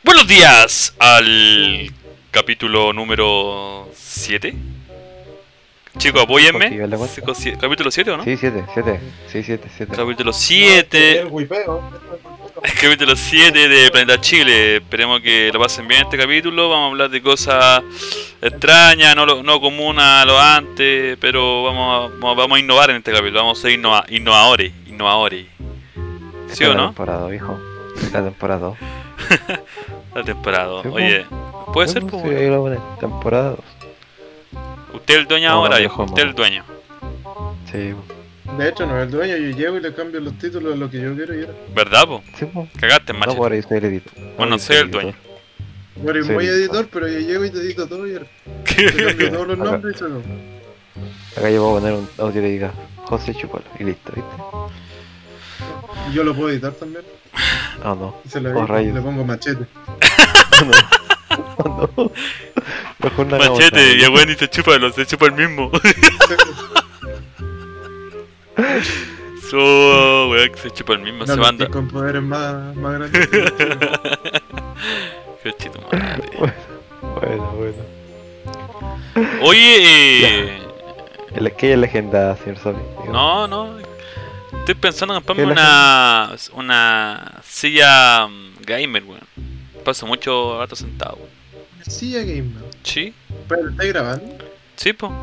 Buenos días al capítulo número 7. Chicos, apóyenme. Capítulo 7, ¿o no? Sí, 7. Sí, 7. Capítulo 7. Capítulo 7 de Planeta Chile. Esperemos que lo pasen bien este capítulo. Vamos a hablar de cosas extrañas, no comunes a lo antes, pero vamos a innovar en este capítulo. Vamos a ser innovadores. ¿Sí o no? La temporada, viejo. La temporada 2. La temporada. Sí, Oye, ¿puede ser? Sí, ahí lo ponen. Temporada 2. Usted es el dueño ahora, viejo. Usted es el dueño. Sí. De hecho, no es el dueño, yo llego y le cambio los títulos de lo que yo quiero y era. ¿Verdad, po? Sí, po. Cagaste, macho. No, por ahí soy el editor. Bueno, soy el dueño. Bueno, y Sí, muy editor. editor, pero yo llego y te edito todo y era. Te cambio todos los nombres y se lo... Acá yo voy a poner un audio que diga José Chupalo y listo, ¿viste? Y yo lo puedo editar también. Ah, no. Y se lo Oh, edito, rayos. le pongo machete. No. Mejor no hagamos Machete, nada. y el weón dice chúpalo, se chupa el mismo. Weón, que se chupa el mismo, se No, manda. con poderes más grandes. Qué chito madre. Bueno. Oye, ¿Qué es legenda, señor Sobi? no. Estoy pensando en comprarme ¿Qué una silla gamer, weón. Paso mucho rato sentado, weón. Sí, ya game, ¿no? ¿Sí? Pero ¿estás grabando? Sí, po.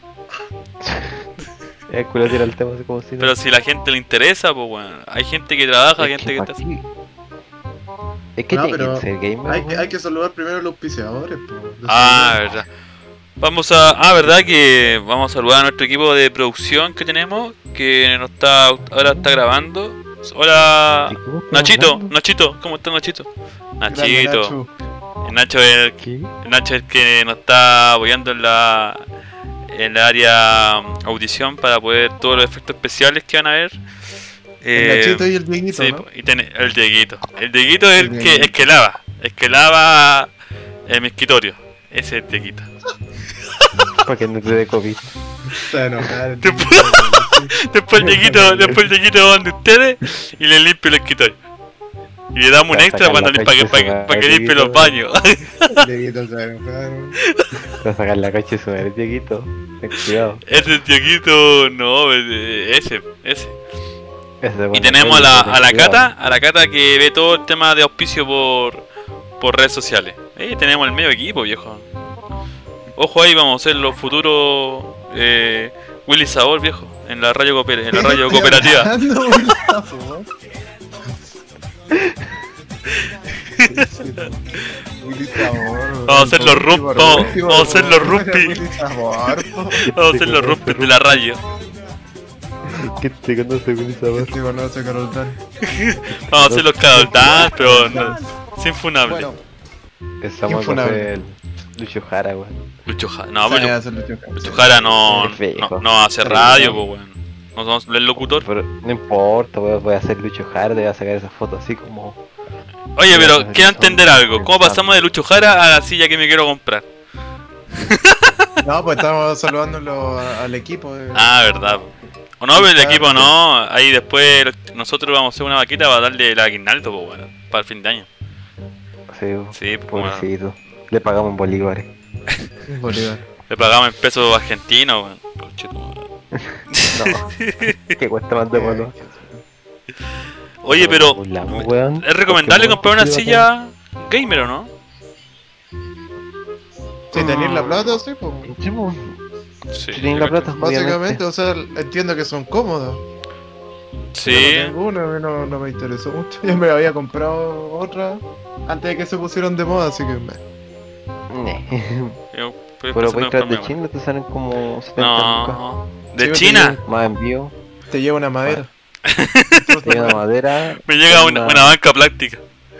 El culo tira el tema así como si no. Pero si a la gente le interesa, pues weón. Hay gente que trabaja, hay gente que está... Es que No, tiene pero que ser gamer. hay que saludar primero a los auspiciadores, po. Verdad. Verdad que vamos a saludar a nuestro equipo de producción que tenemos, que ahora está grabando. Hola, Nachito, ¿cómo está Nachito? Nachito, Nacho es el que nos está apoyando en la área audición para poder todos los efectos especiales que van a ver. El Nachito y el Dieguito, sí, ¿no? y el Dieguito. El Dieguito es el que lava mi escritorio. Ese es el Dieguito. Para que no te dé COVID. Está enojado. Después el Dieguito va donde ustedes y le limpia el escritorio. Y le damos un extra para que limpie los baños. Dieguito se enojaron. Te va a sacar la cacha de su madre, Dieguito. Ten cuidado. Ese Dieguito, no, ese. Ese Y tenemos a la Cata que ve todo el tema de auspicio por redes sociales. Tenemos el medio equipo, viejo. Ojo ahí, vamos a ser los futuros Willy Sabor, viejo, en la radio cooperativa. Vamos a hacer los rumpis de la radio. ¿Qué te conoce Willy Sabor? Este conoce a Carol Dan. Vamos a hacer los Carol Dance, pero no, sin funable. Bueno, Estamos con el Lucho Jara, weón. Lucho Jara, no, sabe pero hacer Lucho Jara. Lucho Jara no hace radio, pues weón. No somos el locutor. Pero no importa, weón, voy a hacer Lucho Jara, te voy a sacar esa foto así como... Oye, pero quiero entender algo. ¿Cómo pasamos de Lucho Jara a la silla que me quiero comprar? No, pues estamos saludándolo al equipo. Verdad. O no, pero el equipo no. Ahí después nosotros vamos a hacer una vaquita para darle el aguinaldo, pues bueno, para el fin de año. Sí, pues pobrecito. Le pagamos en bolívares. Bolívar. Le pagamos en pesos argentinos, weón. No, que cuesta más de malo. Oye, pero Weón, ¿es recomendable comprar una silla gamer o no? Si tenéis la plata, sí, pues. Sí, Si tienen la plata, Básicamente, o sea, entiendo que son cómodas. Sí. Yo no tengo una, a mí no me interesó mucho. Yo me había comprado otra antes de que se pusieron de moda, así que Pero voy tras de China, te salen como 70 lucas. No, de Sí, China. Más envío, te lleva una madera. te llega madera. Me llega una banca plástica.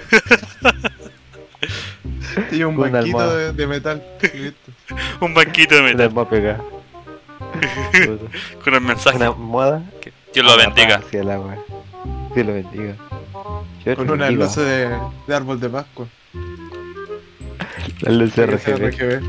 Te lleva un Con una banquito almohada. de metal. Y listo. Un banquito de Te metal va a pegar. con el mensaje. Una almohada. Que Dios lo bendiga. Hacia el agua. Dios lo bendiga. Yo Con te una bendiga. luz de árbol de Pascua. La luz RGB. RGB.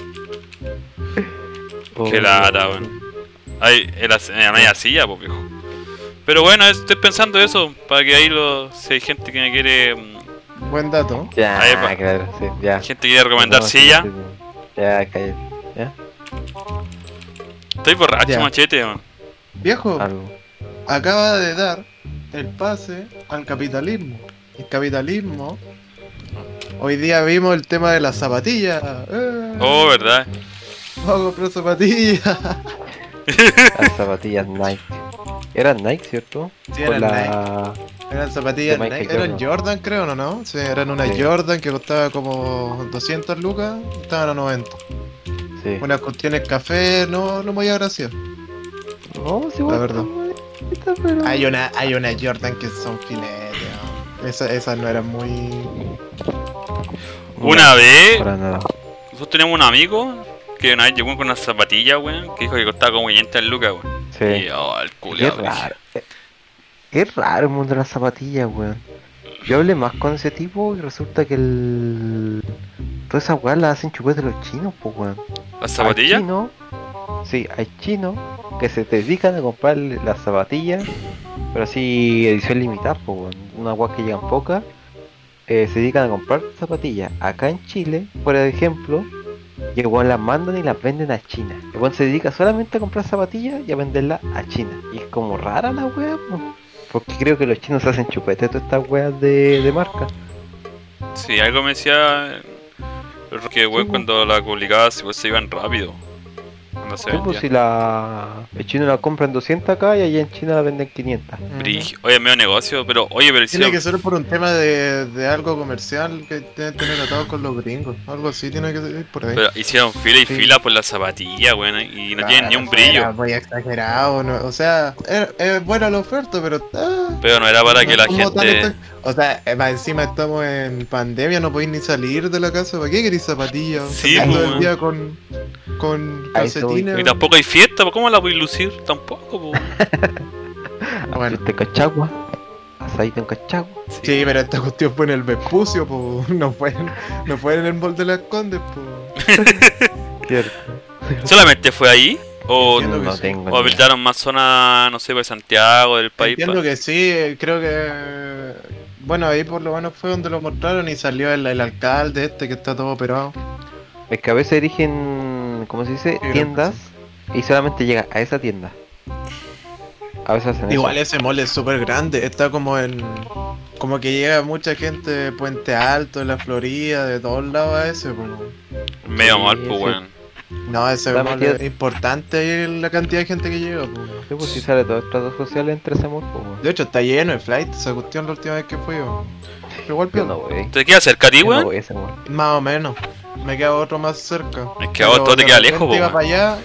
Qué lata, weón. Hay media silla, pues viejo. Pero bueno, estoy pensando eso, para que ahí si hay gente que me quiere Buen dato. Ya, Ahí va. claro, sí, ya. Gente quiere recomendar No, silla. sí, sí, sí. Ya, cállate. ¿Ya? Estoy borracho, Ya. Machete, weón. Viejo, Algo. acaba de dar el pase al capitalismo. El capitalismo. Hoy día vimos el tema de las zapatillas. Oh, verdad. Vamos a comprar zapatillas. Las zapatillas Nike. Eran Nike, ¿cierto? Sí, Con eran la... Eran zapatillas De Michael Nike, eran Jordan. Jordan creo, ¿no? Sí, eran una Sí. Jordan que costaba como 200 lucas, estaban a 90. Sí. Unas cuestiones café, no muy agraciadas. No, sí, La verdad. pero... Hay una Jordan que son filetes, ¿no? Esas no eran muy... Una vez, Para nada. nosotros teníamos un amigo que una vez llegó con unas zapatillas, weón, que dijo que costaba como 500 lucas, weón. Sí. Y oh, el Qué culiao. raro. Qué raro el mundo de las zapatillas, weón. Yo hablé más con ese tipo y resulta que el... Todas esas weas las hacen chupete los chinos, pues, weón. ¿Las zapatillas? Hay chinos, sí, hay chinos que se dedican a comprar las zapatillas, pero así edición limitada, pues, weón. Unas weas que llegan pocas. Se dedican a comprar zapatillas. Acá en Chile, por ejemplo, y el weón las mandan y las venden a China. El weón se dedica solamente a comprar zapatillas y a venderlas a China. Y es como rara la wea, pues. Porque creo que los chinos hacen chupete todas estas weas de marca. Sí, algo me decía que, weón, Sí, cuando la publicabas, pues se iban rápido. Cuando se Sí, pues vendía. si el chino la compra en 200 acá y allá en China la venden 500. Brígido. Oye, medio negocio, pero oye, pero Tiene sí, que ser por un tema de algo comercial que tiene que tener atados con los gringos. Algo así tiene que ser por ahí. pero hicieron fila y Sí. fila por las zapatillas, weón, y no tienen ni un brillo. Era muy exagerado, ¿no? O sea, es buena la oferta, pero... Pero no era para que la como tan gente... O sea, más encima estamos en pandemia, no podéis ni salir de la casa. ¿Para qué queréis zapatillas? Sí, Salís todo pues, el día con A eso voy. calcetines. Y tampoco hay fiesta, pues ¿cómo la voy a lucir? Tampoco, pues. Bueno. Este cachagua, asadito en cachagua. Sí, pero esta cuestión fue en el Vespucio, pues. No fue en el Mall de las Condes, pues. Cierto. ¿Solamente fue ahí? ¿O, Entiendo que No sí. tengo o ni idea. habilitaron más zonas, no sé, pues Santiago, del país? Entiendo que sí, creo que... Bueno, ahí por lo menos fue donde lo mostraron y salió el alcalde este que está todo operado. Es que a veces erigen, ¿cómo se dice? Sí, Tiendas y solamente llega a esa tienda. A veces hacen Igual eso. ese mall es súper grande, está como en... Como que llega mucha gente de Puente Alto, de la Florida, de todos lados a ese, pues. Medio Sí, mal, pues, sí. weón. No, ese Está mall metido- es importante ahí la cantidad de gente que llega, pues. Sí, pues si sale todo el trato social entre ese amor, pues. De hecho, está lleno de flight, esa cuestión la última vez que fui, yo. Pero igual Yo piola. no voy. ¿Te queda cerca a ti, Yo no weón? voy a ese amor. Más o menos. Me queda otro más cerca. Es que a vos Pero todo te de queda repente lejos, po, iba weón. para allá.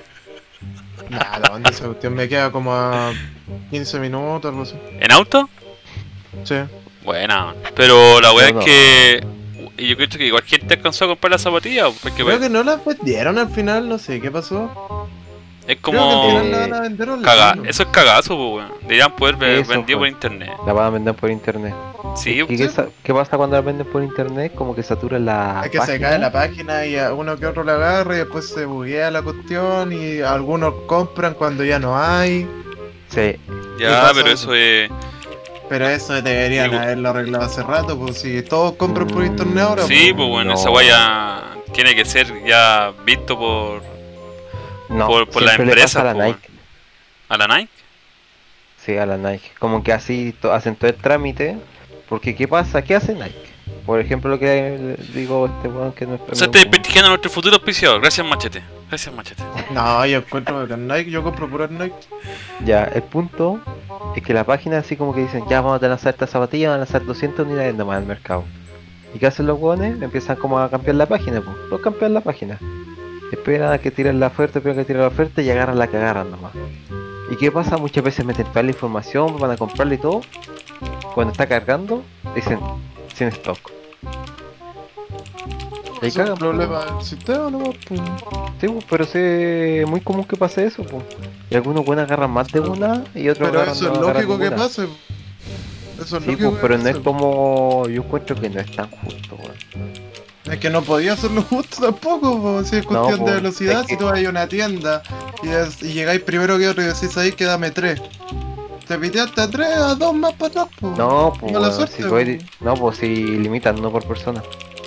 Nada, ¿dónde esa cuestión? Me queda como a 15 minutos, algo así. ¿En auto? Sí. Buena. Pero la weá Yo no. es que... Y yo creo que igual gente alcanzó a comprar las zapatillas, porque Creo que no las vendieron al final, no sé qué pasó. es Creo que al como... final la van a vender online. Eso es cagazo, pues, weón. Deberían poder Eso vendido por fue. internet. La van a vender por internet. Sí, ¿Y qué pasa cuando la venden por internet? Como que satura la Es que se cae la página y a uno que otro la agarra y después se buguea la cuestión y algunos compran cuando ya no hay. Sí. ¿Qué ya, pasa pero eso? eso es... Pero eso deberían Sí, haberlo arreglado hace rato, pues si todos compran por internet ahora. Sí, pues bueno, No. esa weá ya tiene que ser ya visto por No, Por la siempre le empresa, pasa a po, la Nike. a la Nike. Sí, a la Nike. Como que así hacen todo el trámite. Porque ¿qué pasa? ¿Qué hace Nike? Por ejemplo, lo que digo este weón que no es O sea, estás prestigiando a nuestro futuro auspiciador. Gracias, Machete. Gracias, Machete. No, yo encuentro que Nike, yo compro puro Nike. Ya, el punto es que la página así como que dicen, ya vamos a lanzar esta zapatilla, van a lanzar 200 unidades nomás al mercado. ¿Y qué hacen los hueones? Empiezan como a cambiar la página, pues. Los cambian la página. Esperan a que tiren la oferta, esperan a que tiren la oferta y agarran la que agarran nomás. ¿Y qué pasa? Muchas veces meten toda la información, van a comprarle y todo. Cuando está cargando, dicen, sin stock. Y ahí Es un cagan, problema del sistema nomás, pues. Sí, pues, pero es muy común que pase eso, pues. Y algunos buenos agarran más de una y otros Pero agarran eso es no agarran lógico que ninguna. pase. Eso es Sí, lógico pues, que pero no es pase. como... Yo encuentro que no es tan justo, weón. Es que no podía hacerlo justo tampoco, po. Si es cuestión po, de velocidad, es si que- tú vas a una tienda y llegáis primero que otro y decís ahí que dame tres. te piteaste a 3, a 2 más para atrás, po. No, pues, Mala weón, suerte, si po. voy- no, pues si limitan, no por persona.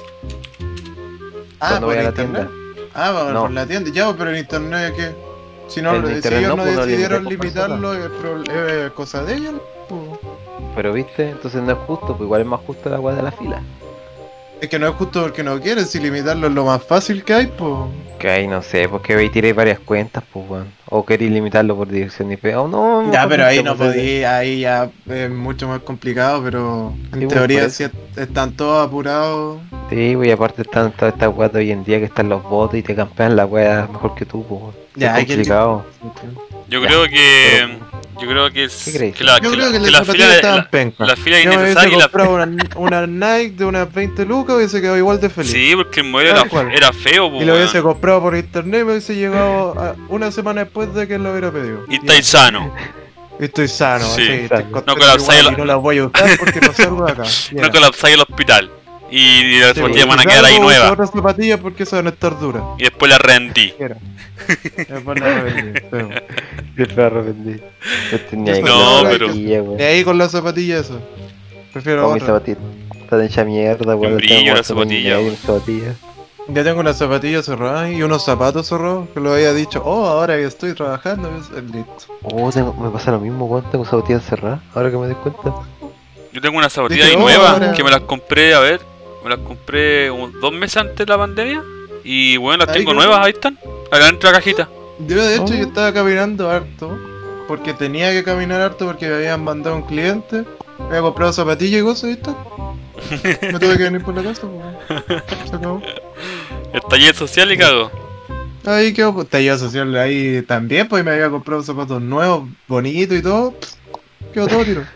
Ah, Cuando por voy a la internet. tienda. Ah, No. por la tienda. Ya, pero en internet, ¿qué? Si no, En si internet ellos no, no pues, no decidieron limité por limitarlo, es cosa de ellos, po. Pero viste, entonces no es justo, pues igual es más justo la weá de la fila. Es que no es justo porque no quieren, si limitarlo es lo más fácil que hay, pues. Que ahí no sé, porque veis tiráis varias cuentas, pues weón. O queréis limitarlo por dirección IP. O no, Ya, mejor pero ahí no pues, podía, ahí ya es mucho más complicado, pero en Sí, pues, teoría por si eso. están todos apurados. Sí, pues y aparte están todas estas weas de hoy en día que están los bots y te campean la wea mejor que tú, pues weón. Ya, Es hay que complicado. Yo Ya, creo que. pero- Yo creo que ¿Qué es. crees? Que la, Yo que creo la, que que las la zapatillas fila, estaban pencas. la fila Yo me hubiese innecesaria y la. comprado una Nike de unas 20 lucas y hubiese quedado igual de feliz. Sí, porque el modelo Tal cual. era feo, Y pues, lo hubiese weón. comprado por internet y me hubiese llegado una semana después de que lo hubiera pedido. Y estáis sano. Y estoy sano, Sí. sí, estoy Sano. contento No colapsáis igual el- y no las voy a usar porque no salgo de acá. No colapsáis el hospital. Y las Sí, zapatillas van a si quedar ahí salgo, uso nuevas. otras zapatillas porque esas van a estar duras. Y después las rendí. Quiero. Después las revendí, sí. Yo me arrepentí. Yo tenía Eso que no, comprar pero- zapatilla, weón. De ahí con las zapatillas eso. Prefiero Con mis otra. zapatillas. Están hecha mierda, weón. Un brillo, tengo las más zapatillas, zapatillas, mis zapatillas. Ya tengo unas zapatillas cerradas y unos zapatos cerrados que lo había dicho. Oh, ahora que estoy trabajando, listo. Oh, me pasa lo mismo, weón. Tengo zapatillas cerradas, ahora que me doy cuenta. Yo tengo unas zapatillas Dije, ahí oh, nuevas ahora- que me las compré, a ver. Me las compré 2 meses antes de la pandemia. Y bueno, las Ahí tengo quedó. nuevas, ahí están. Acá dentro de la cajita. Yo de hecho Oh. yo estaba caminando harto. Porque tenía que caminar harto porque me habían mandado un cliente. Me había comprado zapatillas y cosas, ¿viste? Me tuve que venir por la casa, pues. Se acabó. El taller social y cago. Ahí quedó, pues, tallo social ahí también, pues y me había comprado zapatos nuevos, bonitos y todo. Quedó todo tiro.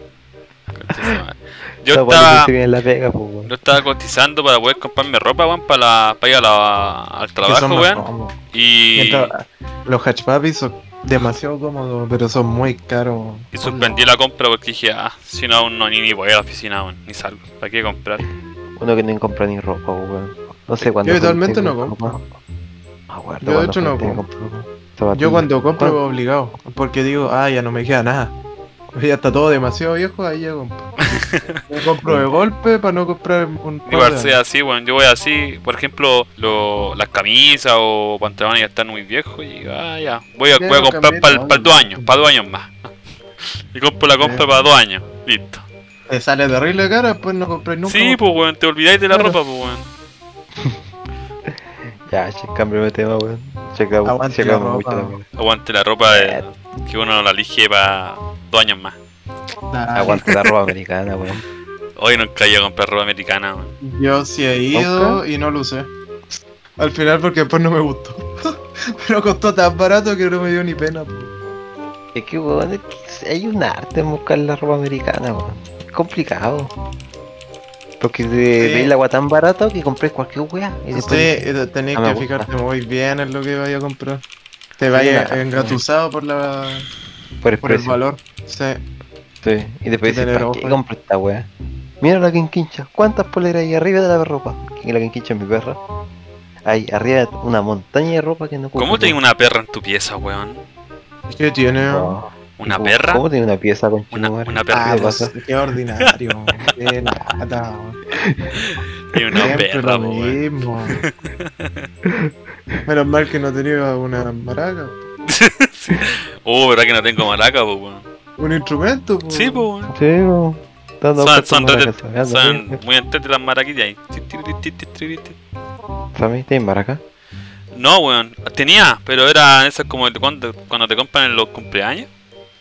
Yo Esa weá estaba, que se viene en la pega, pues, weón. yo estaba cotizando para poder comprarme ropa, weón, para ir al Que trabajo, son más weón. cómodos. Y, Mientras, los hatchpapis son demasiado cómodos, pero son muy caros. y suspendí la compra porque dije, si no, aún no, ni voy a la oficina, weón, ni salgo. ¿Para qué comprar? Uno que no compra ni ropa, weón. No sé cuándo. Yo habitualmente fue el no último compro. ropa. No me acuerdo Yo de cuándo hecho fue el no último que compro. compré Yo zapatillas. cuando compro ¿Cuándo? obligado, porque digo, ya no me queda nada. Ya está todo demasiado viejo, ahí ya compro. Yo compro de golpe para no comprar un par Igual de sea así, weón, yo voy así, por ejemplo, las camisas o pantalones ya están muy viejos y ya, voy a Ya, comprar cambié para todo. 2 años, para 2 años más. Y compro la compra Ya. para 2 años, listo. Te sale terrible cara, después no compráis nunca. Sí, más. pues weón, te olvidáis de la Claro. ropa, pues weón. Ya, cambio de tema, weón. Checamos Aguante la mucho ropa. la weón. Aguante la ropa que uno la elige para 2 años más. Nah, Aguante la ropa americana, weón. Hoy nunca he ido a comprar ropa americana, weón. Yo sí he ido y no lo usé. Al final porque después no me gustó. Pero costó tan barato que no me dio ni pena. Po. Es que, weón, es que hay un arte en buscar la ropa americana, weón. Es complicado. Porque veis la agua tan barata que compréis cualquier weá. Y Sí, después tenéis me que gusta. fijarte muy bien en lo que vaya a comprar. Te Sí, vayas la- engatusado por por el por el precio. valor. Sí. Sí. Y después Sí, dices, tener ¿para qué ojo. compro esta weá? Mira la quinquincha. ¿Cuántas poleras hay arriba de la ropa? Que la quinquincha es mi perra. Hay arriba una montaña de ropa que no puedo. ¿Cómo tengo una perra en tu pieza, weón? ¿Qué tiene? No. ¿Una ¿Cómo- perra? ¿Cómo tiene una pieza con Una perra. Ah, ¿Qué le pues, pasa? qué ordinario. Qué lata. Tiene una Siempre perra, lo po, weón. mismo. Menos mal que no tenía una maraca. ¿Verdad que no tengo maraca, po, weón? Un instrumento, po. Sí, po, weón. Sí, weón. Dando Son, vueltas son, por la re- casa. Anda, son mira. muy entretenidas las maraquitas ahí. Sammy, ¿tienes maraca? No, weón. Tenía, pero era esas como cuando te compran en los cumpleaños.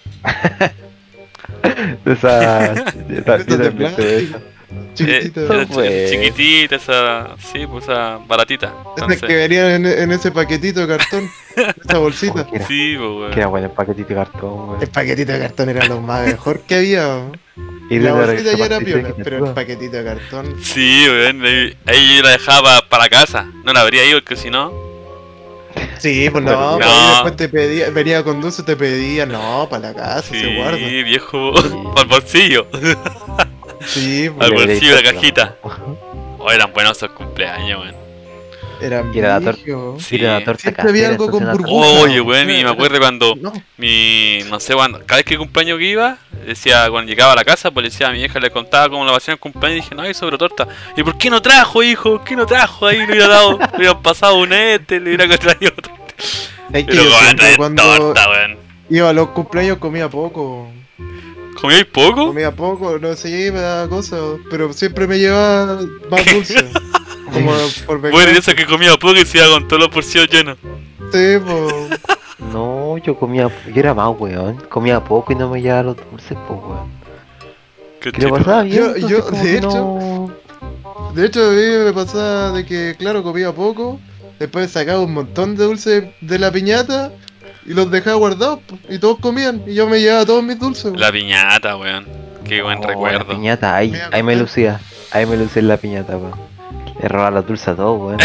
De esa. De esa. Esas de plástico. Chiquitita. Esa pues. chiquitita, esa. Sí, pues esa baratita. Esas Entonces, que venían en ese paquetito de cartón. Esa bolsita. Que era, sí, pues, que weón. era bueno el paquetito de cartón, weón. El paquetito de cartón era lo más mejor que había. Y La de bolsita ya era zapatilla piola, que pero te el paquetito de cartón. Sí, weón. Ahí yo la dejaba para la casa. No la habría ido porque si no. Sí, pues Pero no, no. pues ahí después te pedía, venía con dulce, te pedía, no, para la casa, Sí, se guarda. viejo. Para el bolsillo. Sí, Al pues. Le bolsillo de la derecho, cajita. Oh, eran buenos esos cumpleaños, weón. Eran Y era la brígidos. Sí. Era la torta Siempre había casera, algo con estacional. burbuja. Oye, weón, y me acuerdo cuando No, no sé, cuando, cada vez que cumpleaños que iba, decía, cuando llegaba a la casa, pues le decía a mi vieja, le contaba cómo la pasé en el cumpleaños y dije, no, hay sobre torta. ¿Y por qué no trajo, hijo? ¿Por qué no trajo? Ahí le hubiera dado, le hubiera pasado un le hubiera traído torta. es que Pero yo como siempre traer cuando torta, weón. iba a los cumpleaños comía poco. ¿Comíais poco? Comía poco, no sé, me daba cosas, pero siempre me llevaba más dulce. Como por Bueno, venganza. eso que comía poco y se iba con todos los porciones llenos. Sí, po. No, yo era más weón. Comía poco y no me llevaba los dulces, pues weón. Qué ¿Qué le chido. pasaba bien? Yo- Entonces, yo, como de que hecho, no... De hecho, a mí me pasaba de que, claro, comía poco, después sacaba un montón de dulces de la piñata y los dejaba guardados, po, y todos comían, y yo me llevaba todos mis dulces. po. La piñata, weón. Qué buen Oh, la recuerdo. piñata, ahí Me me acordé. lucía. Ahí me lucía en la piñata, weón. Le robaba los dulces a todos, weón.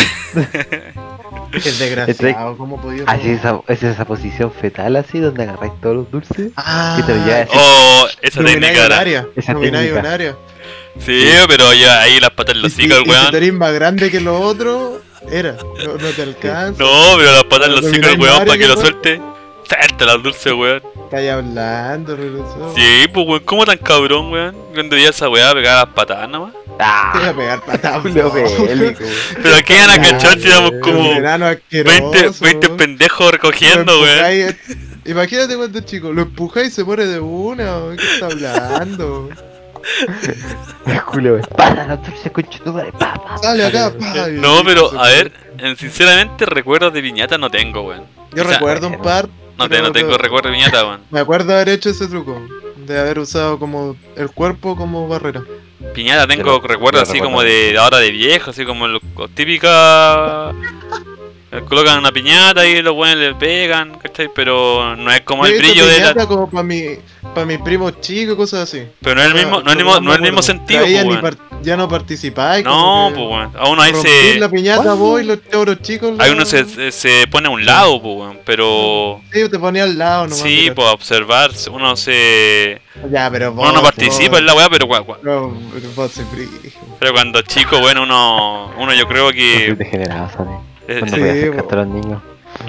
Es desgraciado, ¿cómo podía Así robar? esa posición fetal así, donde agarráis todos los dulces. Ah, que te lo llevas así. Oh, esa domináis técnica un era. área, Esa domináis técnica. un área. Sí, pero ya ahí las patas en los hocico, el y si weón. tenéis más grande que los otros, no te alcanza. No, pero las patas en los Pero hocico, el domináis weón, para que lo área, suelte. Suelta las dulces, weón. Estáis hablando, regresó. Sí, pues weón, ¿cómo tan cabrón, weón? Cuando veía esa weá pegar las patas nomás. Te voy a ¡Ah! pegar patadas. Julio Bélico, weón. Pero aquí iban a cachar si éramos como Un enano asqueroso. 20 pendejos recogiendo, Lo weón. empujáis, imagínate cuando es chico, lo empujáis y se muere de una, weón, ¿qué está hablando? Julio, para los dulces con chutumare, pa. Sale acá, pa, y- No, pero se a muere. ver, sinceramente recuerdos de piñata no tengo, weón. Yo o sea, recuerdo un par. No pero- tengo recuerdo de piñata, weón. Me acuerdo haber hecho ese truco, de haber usado como el cuerpo como barrera. Piñata tengo Yo lo- recuerdos yo así recuerdo. como de ahora de viejo, así como los típica. Colocan una piñata y los buenos le pegan, ¿cachai? Pero no es como el Yo he hecho brillo de la. piñata como para mis primos chicos, cosas así. Pero no es el mismo, no es el mismo, no es el mismo sentido, Ahí pues, weón. ya no participáis. No, pues weón. A uno ahí rompís se. la piñata ¿Cuándo? vos y los cabros chicos. Ahí uno se pone a un lado, pues weón. Pero. Sí, te ponía al lado nomás. Sí, mira. pues a observar, uno se. Ya, pero vos, Uno no participa en la weá, pero No, pero vos se frío. pero cuando chico, bueno, uno yo creo Soy que. degenerado, ¿sabes? Cuando Sí, voy a hacer bo. cantar a los niños.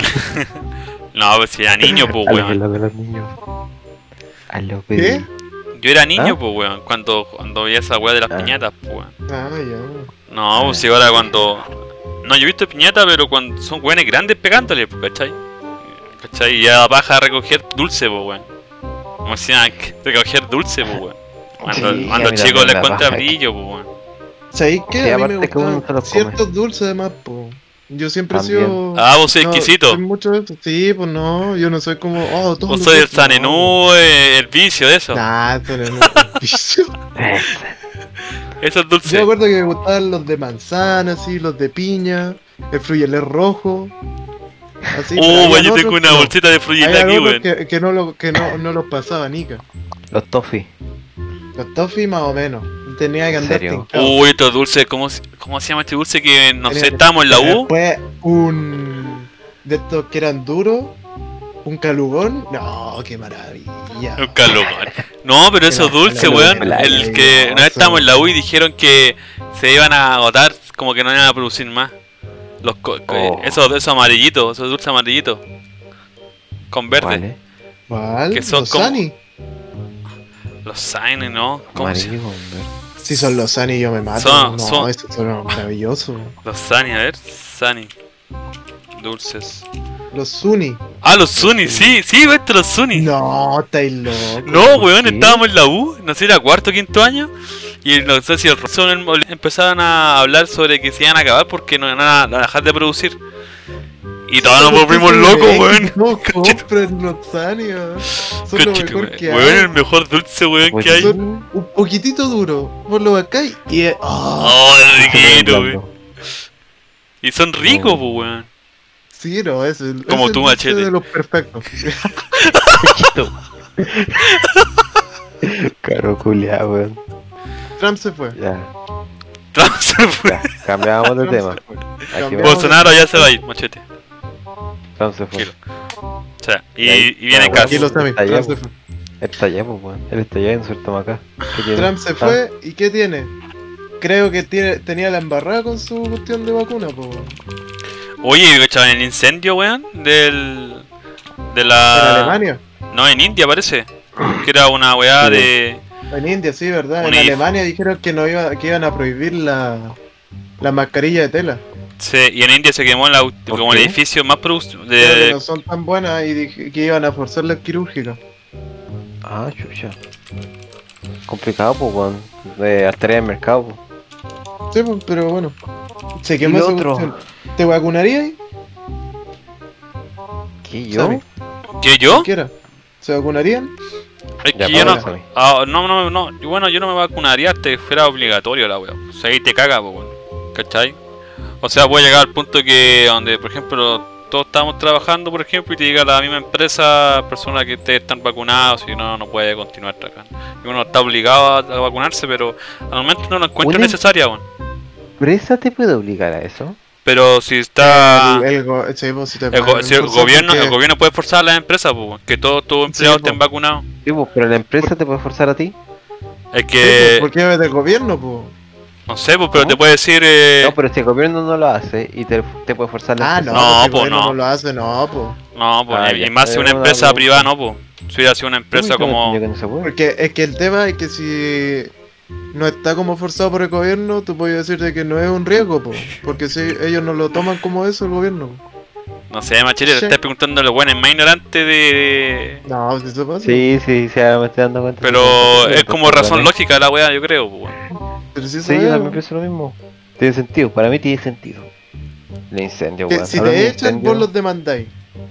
No, pues si era niño, pues A lo que weón. lo de los niños. A lo que... ¿Qué? Yo era niño, ¿Ah? pues weón. Cuando veía esa weá de las Ah. piñatas, pues weón. Ah, ya. No, pues si ahora cuando. No, yo he visto piñata, pero cuando son weones grandes pegándole, pues, ¿cachai? ¿Cachai? Y ya da paja a recoger dulce, pues, weón. Como si nada, que recoger dulce, pues, weón. Cuando, Sí, cuando a mí chicos también les me da cuenta paja. brillo, pues, weón. ¿Sabéis qué? Sí, A mí me aparte que uno gustan se los come. ciertos dulces además, po. Yo siempre También. he sido... Ah, vos sois no, exquisito. soy mucho de eso. Sí, pues no, yo no soy como... Oh, todos Vos los sois el dulces, sanenú, el vicio de eso. no. Nah, pero no. Eso es Yo dulce. me acuerdo que me gustaban los de manzana, así, los de piña, el fruyeler rojo. Así, pero Weón, habían yo tengo otros una que no. bolsita de fruyela Habían aquí, otros weón. que no los pasaba Nika. Los toffee. Los toffee más o menos. Tenía que ¿En andar serio? tincado. Uy, estos dulces, ¿cómo se llama este dulce que, no sé, Tenía- estábamos en la U? Después un... De estos que eran duros. Un calugón. No, qué maravilla. Un calor. No, pero esos no, dulces, no, weón, no, el no, que no, una vez eso- estábamos en la U y dijeron que se iban a agotar, como que no iban a producir más. Oh. Esos amarillitos, esos dulces amarillitos. Con verde. ¿Vale? ¿Cuál? Que son ¿Los como- Sani? Los Sani, ¿no? ¿Cómo se Amarillo, hombre. Si son los Sani yo me mato. Son- no, son- esos son maravillosos. Los Sani, a ver. Sani. Dulces. Los Suni. Ah, los Suni, sí, estos los Suni. No, estáis locos. No, weón, ¿Sí? estábamos en la U, no sé, era cuarto o quinto año. Y no sé si el razón empezaban a hablar sobre que se iban a acabar porque no iban a dejar de producir. Y todos nos volvimos locos, weón. No compren los Sani, weón. Son lo Cachete, mejor weón. que Weón, hay. el mejor dulce, weón, Pues que hay. Son un poquitito duro. Vos lo bacáis y es. ¡Ah! Oh, riquito, Blando. weón. Y son ricos, pues, weón. Sí, no, es el. Como es el tú, dulce Machete. de los perfectos. Caro culiao, weón. Trump se fue. Ya, Trump se fue. ya. Cambiamos de Trump tema. se fue. Aquí Cambiamos Bolsonaro ya se va a ir, machete. Trump se fue. Tranquilo. O sea, y ahí- viene ah, Cas. Aquí lo saben. Está Trump allá, se fue. Él está allá, pues, weón. Él está allá en su acá. ¿Qué tiene? Trump se Ah, fue y ¿qué tiene? creo que tenía la embarrada con su cuestión de vacuna, po. Oye, ¿cachaban el incendio, weón? De En la... Alemania. No, en India parece. Que era una weá Sí. de... En India, sí, ¿verdad? En Una- Alemania dijeron que que iban a prohibir la mascarilla de tela. Sí, y en India se quemó ¿Por como el qué? edificio más Pero que de... no son tan buenas y que iban a forzar las quirúrgicas. Ah, chucha. Complicado, pues, weón. De arteria del mercado, pues. Sí, pues, pero bueno. Se ¿Y quemó lo esa otro? cuestión. ¿Te vacunarías? ¿Qué, yo? Sammy, ¿Qué, yo? cualquiera. ¿Se vacunarían? Es Ya, que yo no... Pablo, Sammy. No. Y bueno, yo no me vacunaría hasta que fuera obligatorio la weá. O sea, ahí te caga, pues, weón. ¿Cachai? O sea, puede llegar al punto que donde, por ejemplo, todos estamos trabajando, por ejemplo, y te diga la misma empresa, personas que ustedes están vacunados, y no puede continuar trabajando. Y uno está obligado a vacunarse, pero al momento no lo encuentro Una- necesaria, weón. ¿Empresa te puede obligar a eso? Pero si está... Sí, pues, si te El, pagan si el forzar gobierno, porque- el gobierno puede forzar a las empresas, pues, que todos tus empleados po. estén vacunados. Sí, pues, pero la empresa te puede forzar a ti. Es Sí, que... pues, porque es del gobierno, pues. No sé, pues, pero ¿Cómo? te puede decir... No, pero si el gobierno no lo hace y te puede forzar la Ah, empresa. no, No, si el pues, gobierno no. no lo hace, no, pues. No, pues, Ah, y ya. más si una Una empresa pregunta. privada, no, pues. Si hubiera sido una empresa como... Que no se puede. Porque es que el tema es que si no está como forzado por el gobierno, tú puedes decir de que no es un riesgo, po, porque si ellos no lo toman como eso el gobierno. No sé, Machete, te Sí. estás preguntando a los buenos más ignorantes de... No, si eso pasa. Sí, me estoy dando cuenta. Pero es como razón lógica. lógica la weá, yo creo, pues. Weón. Pero si Sí, yo también pienso lo mismo. Tiene sentido, para mí tiene sentido. El incendio, weón. si Hablando te de echan, incendio, vos los demandáis.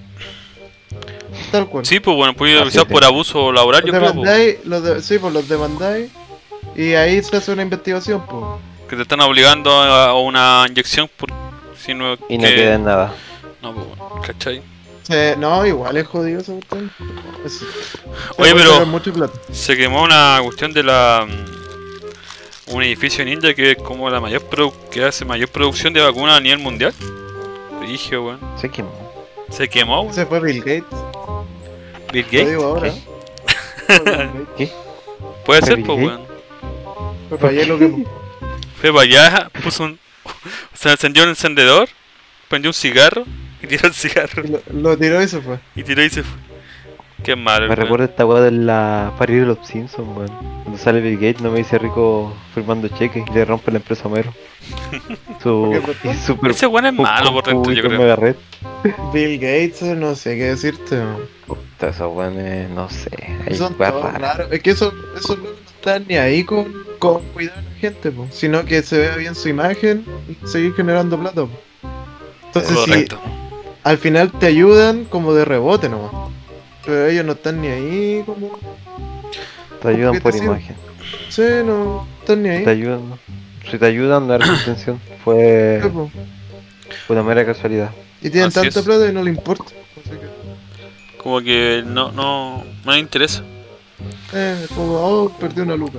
Tal cual. Sí, pues bueno, puede Así revisar te- por abuso laboral, Los yo creo, pues. demandáis, sí, pues los demandáis. Y ahí se hace una investigación, pues. Que te están obligando a una inyección por... Si no, Y no queda en nada. No, pues bueno, ¿cachai? No, igual es jodido esa cuestión. Oye, Se puede pero- sacar mucho plata. Se quemó una cuestión de la... un edificio en India que es como la mayor que hace mayor producción de vacunas a nivel mundial. Rigio, weón. Se quemó. Se quemó, weón. Ese fue Bill Gates. Bill Lo Gates. digo ahora. Fue Bill Gates. Puede ¿Fue ser, Bill pues, Gates? weón. Fue para allá lo que. Fue para allá, puso un... Se encendió un encendedor, prendió un cigarro y tiró el cigarro. Lo tiró y se fue. Y tiró y se fue. Qué malo, Me weón. recuerda esta weá de la parir de los Simpsons, weón. Cuando sale Bill Gates no me dice rico firmando cheques y le rompe la empresa a Homero. ¿Por Su... qué? y super... Ese weón es malo por dentro, yo creo. Mega red. Bill Gates, no sé qué decirte. Man. Puta, esos weones, no sé. Hay Son weas todos raras. raros. Es que esos locos no están ni ahí con cuidar a la gente, po, sino que se vea bien su imagen y seguir generando plata. Po. Entonces, si Correcto. al final te ayudan como de rebote nomás. Pero ellos no están ni ahí como. Te ayudan ¿Qué por te sirve? imagen. Sí, no están ni ahí. Te ayudan. Si te ayudan, no era su intención. Fue Sí, po. una mera casualidad. Y tienen Así tanta es. plata y no le importa. Así que, Como que no me interesa. como, oh, perdí una luca.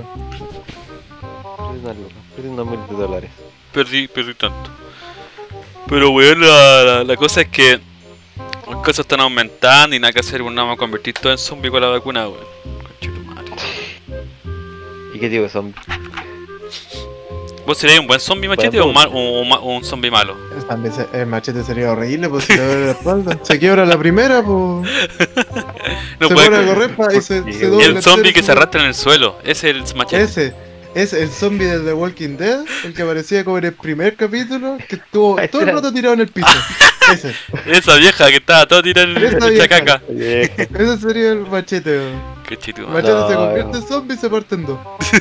Perdí unos $1000. Perdí tanto. Pero weón, la cosa es que las cosas están aumentando y nada que hacer, weón, nada más convertir todo en zombie con la vacuna, weón. Conchetumadre. ¿Y qué digo, zombie? ¿Vos serías un buen zombie, Machete, o Bueno, un zombie malo? También el machete sería horrible, pues si le duele la espalda. Se quiebra la primera, pues. No se puede- pone a correr y se porque dobla el zombie que se entero. arrastra en el suelo, ese es el Machete. Ese es el zombie de The Walking Dead, el que aparecía como en el primer capítulo, que estuvo todo el rato tirado en el piso. Ese Esa vieja que estaba todo tirada en Esa la vieja. caca. ese sería el machete, weón. Qué chito, El madre. machete se No, convierte en zombie y se parte en dos.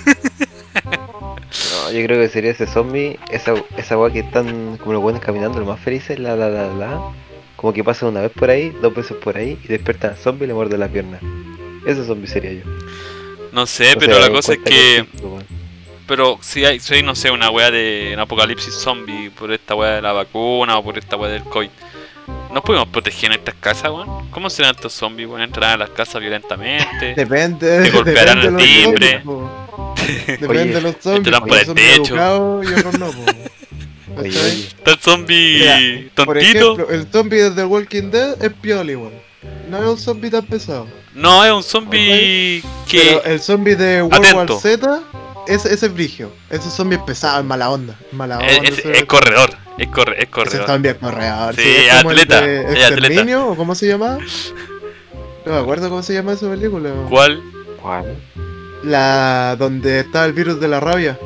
No, yo creo que sería ese zombie, esa weá que están como los buenos caminando, los más felices, como que pasan una vez por ahí, 2 veces por ahí, y despiertan al zombie y le muerde la pierna. Ese zombie sería yo. No sé, No pero se la dan cosa es cuenta que... existe, weón. Pero si hay, no sé, una weá de un apocalipsis zombie por esta weá de la vacuna o por esta weá del COVID. ¿Nos podemos proteger en estas casas, weón? ¿Cómo serán estos zombies, weón? ¿Entrarán a las casas violentamente? Depende. Te golpearán depende el de los timbre. zombies, po. Oye, Depende de los zombies. entrarán por porque el son techo. educados y otros no, po. Oye, ¿Cachai? oye. ¿Está el zombie Mira, Por tontito? ejemplo, el zombie de The Walking Dead es pioli, weón. No es un zombie tan pesado. No, es un zombie Pero que... el zombie de World Atento. War Z ese es brigio. Ese zombie es pesado, es mala onda. Mala onda. Es corredor. Es Ese corredor. zombie es corredor. Sí, es como atleta, el de es atleta. Exterminio, ¿o cómo se llamaba? No me acuerdo cómo se llama esa película. ¿Cuál? ¿Cuál? La donde está el virus de la rabia.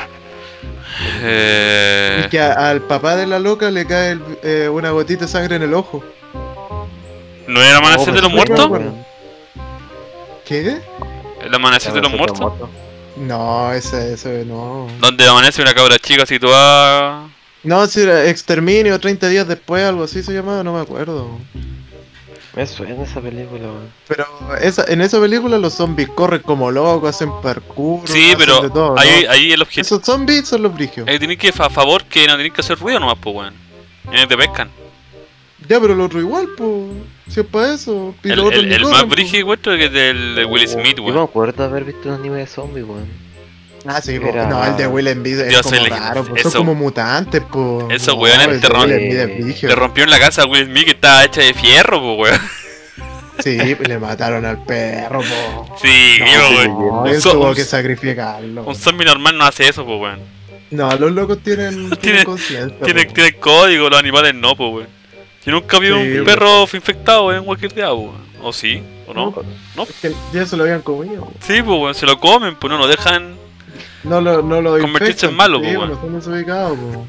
Y que al papá de la loca le cae una gotita de sangre en el ojo. ¿No era el amanecer de los muertos? weón. ¿Qué? ¿El amanecer de los muertos? No, ese no. Donde amanece una cabra chica situada. No, si era Exterminio, 30 días después, algo así se llamaba, no me acuerdo. Me suena esa película, weón. Pero en esa película los zombies corren como locos, hacen parkour, Sí, hacen pero de todo, ¿no? ahí el objetivo. Esos zombies son los brigios. Ahí tenés que a favor que no tenés que hacer ruido nomás, pues weón. Y no te pescan. Ya, pero el otro igual, pues. Si es para eso. Y El, los otros el, ni el corren, más po. brígido encuentro que es del de Will Smith, Yo me weón. acuerdo de haber visto un anime de zombies, weón. Ah, sí, po. Era- No, el de Will Smith es Dios, como el- raro, po. eso- Son como mutantes, pues. esos weones el te de Will rompen- Smith es brígido. Le rompió en la casa a Will Smith que estaba hecha de fierro, pues weón. Sí, le mataron al perro, po. Sí, No, weón. no, Un él zo- tuvo un- que sacrificarlo. Un zombie normal no hace eso, pues weón. No, los locos tienen Tiene- conciencia. Tiene po. código, los animales no, pues weón. Yo nunca vi Sí, un weón. perro infectado en cualquier día, pues weón. ¿O sí? ¿O no? Es que ya se lo habían comido. Po. Sí, pues weón, se lo comen, pues no lo dejan. No lo Convertirse infectan, en malo, sí, po, bueno, son desubicados, po.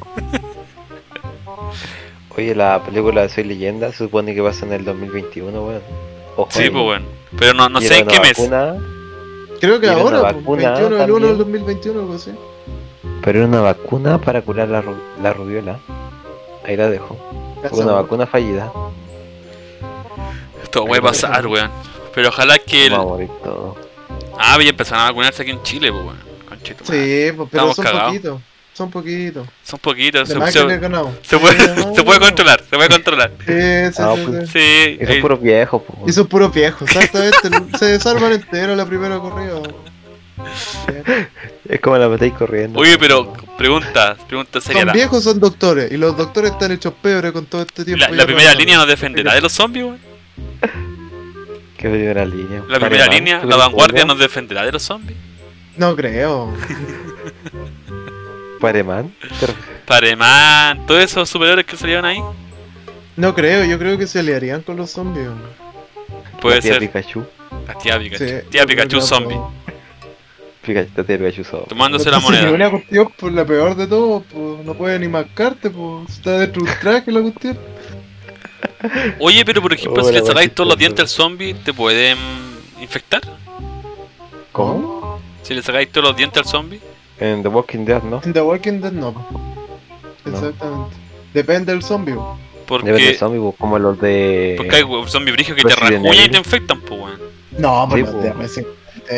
Oye, la película de Soy Leyenda se supone que pasa en el 2021, weón. Ojo Sí, ahí. pues weón. Pero no Y sé era en qué una mes. vacuna, Creo que Tiene ahora, una po, vacuna 21 del 1 del también. 2021, algo así. pero era una vacuna para curar la rubiola. Ahí la dejo. Fue una vacuna fallida. Esto puede pasar, weón. Pero ojalá que el... Vamos a morir todos. Ah, ya empezaron a vacunarse aquí en Chile, pues weón. Conchito, madre. Sí, pues, pero Estamos son cagados. poquitos. Son poquitos. Son poquitos. De Se, más se- que le ganamos. se Sí, puede, no, se puede no. controlar, se puede controlar. Sí, sí, Ah, sí, pues. sí. Sí, Y son puros viejos, po. Y son puros viejos, exactamente. Se desarman entero la primera corrida. Es como la metéis corriendo. Oye, pero pregunta seria. Son viejos, son doctores. Y los doctores están hechos peores con todo este tiempo. La ya primera trabajando. línea nos defenderá de los zombies, weón. Qué primera línea. La primera Pareman, línea, ¿tú la crees vanguardia que nos defenderá de los zombies. No creo. Pareman? ¿Te refieres? Pareman, todos esos superiores que salieron ahí. No creo, yo creo que se aliarían con los zombies. Puede La tía ser. Pikachu. La tía Pikachu. Sí, Tía yo creo Pikachu que zombie. Pikachu, la tía Pikachu solo. Tomándose la Entonces, moneda. Una cuestión, pues la peor de todo, pues no puede ni marcarte, pues está dentro de un traje la cuestión. Oye, pero por ejemplo, Oh, si le la sacáis wea todos los chistosa. dientes al zombie, ¿te pueden infectar? ¿Cómo? Si le sacáis todos los dientes al zombie. En The Walking Dead, ¿no? En The Walking Dead no. No. Exactamente. Depende del zombie. Po. Debe Porque, ser zombie, pues, como los de... porque hay zombies brígidos que te Resident rasguñan y Evil. te infectan, pues weón. No, Sí, pues po. de Resident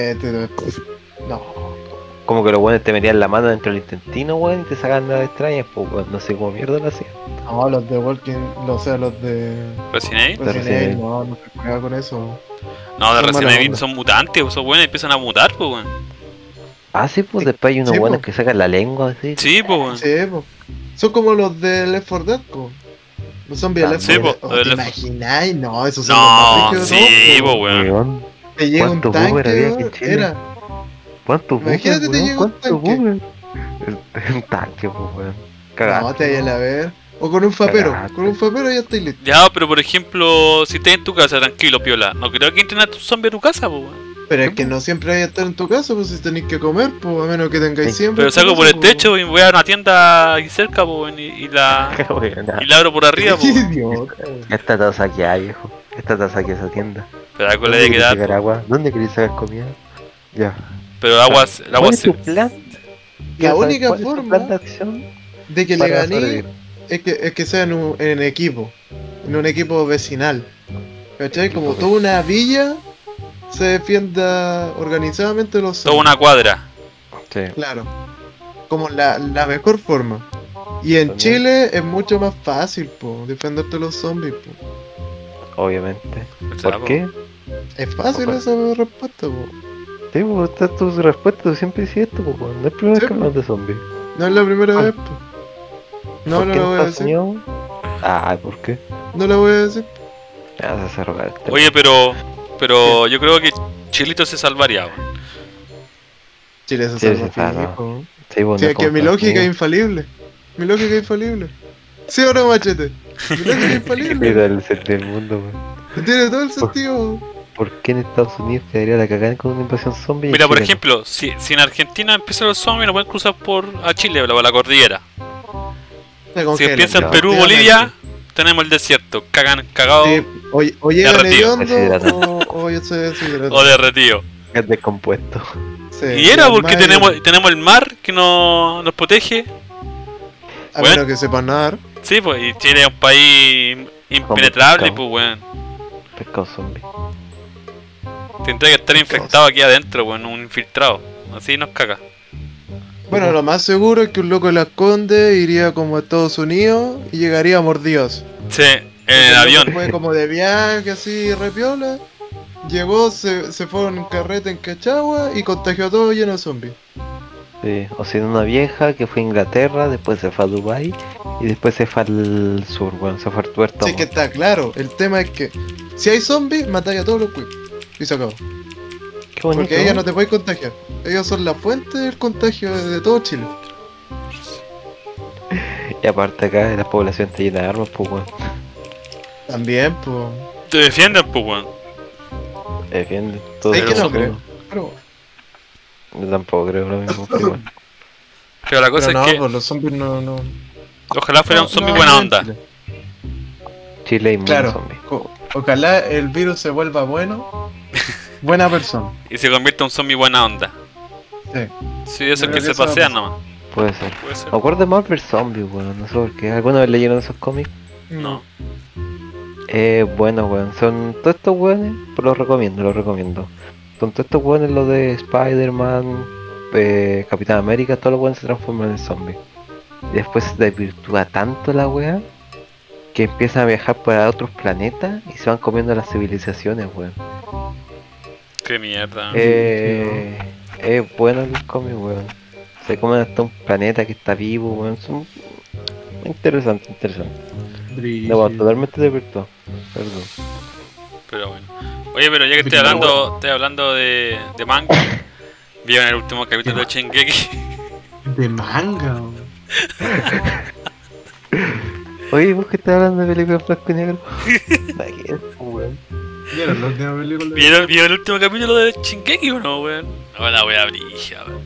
no. Como que los buenos te metían la mano dentro del intestino, weón, y te sacan nada extrañas, pues, weón. No sé cómo mierda lo hacían. No, los de Walking, o sea, los de Resident Evil. De Resident Resident Evil, no se juega con eso. No, de Son Resident mala Evil onda. son mutantes, esos weones empiezan a mutar, pues weón. Ah, sí, pues después hay unos Sí, buenos po. que sacan la lengua, así. Sí, pues weón. Sí, po. Son como los de Left 4 Dead, po. Los zombies de Ah, Left sí, 4 po, Dead. de ¿Te Left- imagináis? No, esos son los más No, rígidos de sí, todos, pues po. weón. Weón, Te llega un ¿cuántos boomer había aquí tanque, en Chile? era. ¿cuántos Imagínate, boomer, te weón? llega un ¿Cuántos tanque. boomer? Un tanque, pues, weón. Cagaste. No, te vayan a ver. O con un fapero. Cagaste. Con un fapero ya estoy listo. Ya, pero por ejemplo, si estás en tu casa tranquilo, piola, no creo que entren a tu zombie a tu casa, pues weón. Pero es que no siempre hay que estar en tu casa, pues si tenéis que comer, pues a menos que tengáis Sí, siempre. Pero en tu salgo por casa, el pues. techo y voy a una tienda aquí cerca, pues weón, y la Weón, y la abro por arriba, Qué pues. idiota. esta taza aquí hay, viejo. Esta taza aquí esa tienda. Pero algo le ¿Dónde debe querés quedar. sacar agua? ¿Dónde querés sacar comida? Ya. Pero el agua ¿Cuál es se... tu plan? La Quiero saber única cuál es tu forma plan de acción de que le para gané sobrevivir. es que sea en equipo. En un equipo vecinal. ¿Cachai? Como toda una villa se defienda organizadamente de los toda zombies. una cuadra. Sí. Claro. Como la mejor forma. Y en También. Chile es mucho más fácil, po, defenderte de los zombies, po. Obviamente. O sea, ¿Por po. qué? Es fácil Ojalá. esa respuesta, po. Sí, pues esta es tu respuesta, tú siempre dices esto, pues, weón. No es primera Sí, vez que pues. hablamos de zombies. No es la primera Ah. vez, po. No, ¿Por no qué lo voy a estás decir. soñado? Ah, ¿por qué? No lo voy a decir. Ya vas a hacer rogar el tema. Oye, pero yo creo que Chilito se salvaría, weón. Chile se Chile salva se salva. fijo. Sí, bueno, Sí, es que mi lógica es es infalible. Mi lógica es infalible. ¿Sí o no, Machete? Mi lógica es infalible. el ser del mundo, weón. Tiene todo el sentido. ¿Por qué en Estados Unidos quedaría la cagada con una invasión zombie? y en Mira, por Chile no? ejemplo, si en Argentina empiezan los zombies, no pueden cruzar a Chile, por la cordillera. Se Si congelan, empieza en ya. Perú, Bolivia, tenemos el desierto, cagado Sí, o llegan Derretido. hediondo o yo soy deshidratado. o derretido. Es descompuesto. Sí, Y era el porque mar- tenemos el mar que nos protege. A bueno. menos que sepan nadar. Sí, pues, y Chile es un país impenetrable, pescado. pues, weón. Pescado zombie. Tendría que estar infectado aquí adentro, weón, un infiltrado. Así nos caga. Bueno, lo más seguro es que un loco de las Condes iría como a Estados Unidos y llegaría a mordidos. Sí, en el avión. Fue como de viaje, así, repiola. Llegó, se fue en carreta en Cachagua y contagió a todo lleno de zombies. Sí. O si no, una vieja que fue a Inglaterra, después se fue a Dubai y después se fue al sur, weón. Se fue a Tuerto. Sí, que está claro. El tema es que si hay zombies, matáis a todos los cuicos. Y se acabó. Qué bonito. Porque ellas no te pueden contagiar. Ellos son la fuente del contagio de todo Chile. Y aparte acá la población está llena de armas, pues weón. También, pues. Te defienden, pues, weón. Defiende. Todo Es que eso, no creo. weón. Pero, bueno. Yo tampoco creo lo mismo, pero bueno. Pero la cosa Pero no, es que pues los zombies no. ojalá fuera un no- zombie no buena hay en onda. Chile. Chile hay muchos Claro. zombies. Ojalá el virus se vuelva bueno. Buena persona. Y se convierte en un zombie buena onda. Sí. Sí, eso es Creo que que se eso va a pasean pasar. nomás. Puede ser. Puede ser. Me acuerdo de Marvel Zombie, weón. No sé por qué. ¿Alguna vez leyeron esos cómics? No. Bueno, weón. Son todos estos weones. Pues los recomiendo, los recomiendo. Son todos estos weones, los de Spider-Man, Capitán América. Todos los weones se transforman en zombies. Y después se desvirtúa tanto la wea que empiezan a viajar para otros planetas y se van comiendo las civilizaciones, weón. Qué mierda. Es bueno el cómic, weón. Se comen hasta un planeta que está vivo, weón. Son interesante, interesante. No, bueno, totalmente desvirtuado. Perdón. Pero bueno. Oye, pero ya que estoy hablando de manga, ¿vieron el último capítulo de Shingeki? De manga, weón. Oye, ¿vos que estás hablando de películas blanco y negro? ¿Qué es, weón? ¿Vieron la última película? ¿Vieron el último capítulo de Shingeki o no, weón? Ahora voy a brillar, weón.